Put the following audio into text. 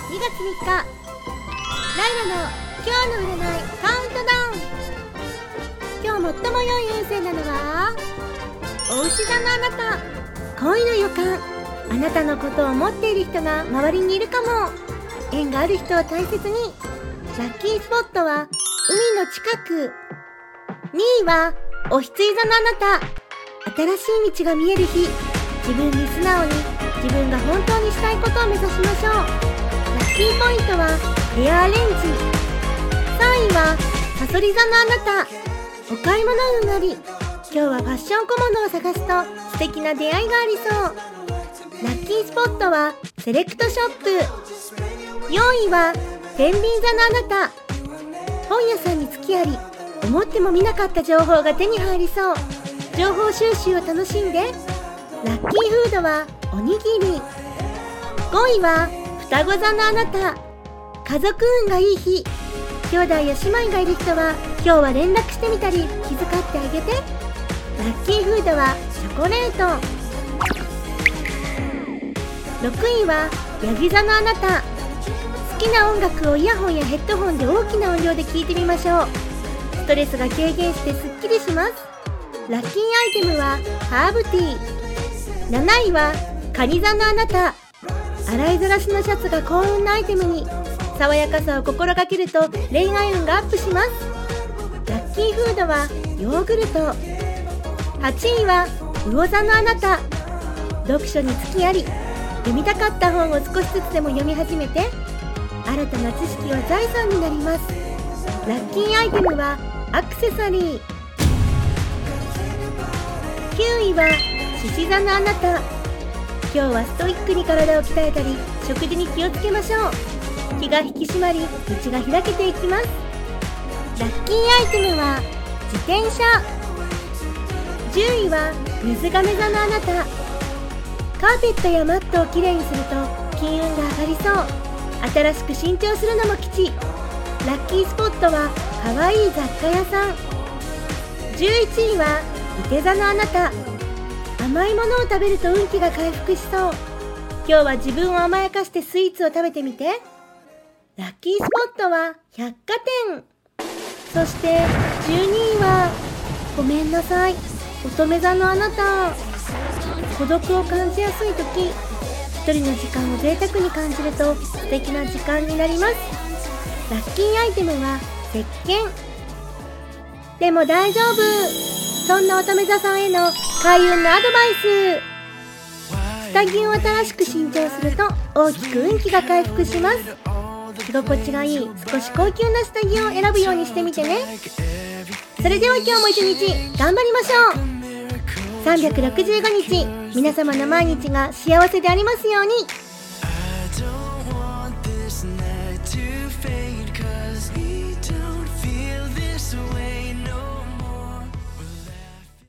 2月3日、ライラの今日の占いカウントダウン。今日最も良い運勢なのはお牛座のあなた。恋の予感。あなたのことを思っている人が周りにいるかも。縁がある人を大切に。ラッキースポットは海の近く。2位はお羊座のあなた。新しい道が見える日。自分に素直に自分が本当にしたいことを目指しましょう。ラッキーポイントはヘアアレンジ。3位はサソリ座のあなた。お買い物運あり。今日はファッション小物を探すと素敵な出会いがありそう。ラッキースポットはセレクトショップ。4位は天秤座のあなた。本屋さんに付き合い、思っても見なかった情報が手に入りそう。情報収集を楽しんで。ラッキーフードはおにぎり。5位は双子座のあなた。家族運がいい日。兄弟や姉妹がいる人は今日は連絡してみたり気遣ってあげて。ラッキーフードはチョコレート。6位はヤギ座のあなた。好きな音楽をイヤホンやヘッドホンで大きな音量で聴いてみましょう。ストレスが軽減してスッキリします。ラッキーアイテムはハーブティー。7位は蟹座のあなた。洗いざらしのシャツが幸運なアイテムに。爽やかさを心がけると恋愛運がアップします。ラッキーフードはヨーグルト。8位は魚座のあなた。読書に付き合い、読みたかった本を少しずつでも読み始めて。新たな知識は財産になります。ラッキーアイテムはアクセサリー。9位は獅子座のあなた。今日はストイックに体を鍛えたり食事に気をつけましょう。気が引き締まり道が開けていきます。ラッキーアイテムは自転車。10位は水亀座のあなた。カーペットやマットをきれいにすると金運が上がりそう。新しく新調するのも吉。ラッキースポットはかわいい雑貨屋さん。11位は射手座のあなた。甘いものを食べると運気が回復しそう。今日は自分を甘やかしてスイーツを食べてみて。ラッキースポットは百貨店。そして12位はごめんなさい、乙女座のあなた。孤独を感じやすい時、一人の時間を贅沢に感じると素敵な時間になります。ラッキーアイテムは石鹸。でも大丈夫。そんな乙女座さんへの開運のアドバイス。下着を新しく新調すると大きく運気が回復します。着心地がいい少し高級な下着を選ぶようにしてみてね。それでは今日も一日頑張りましょう。365日皆様の毎日が幸せでありますように。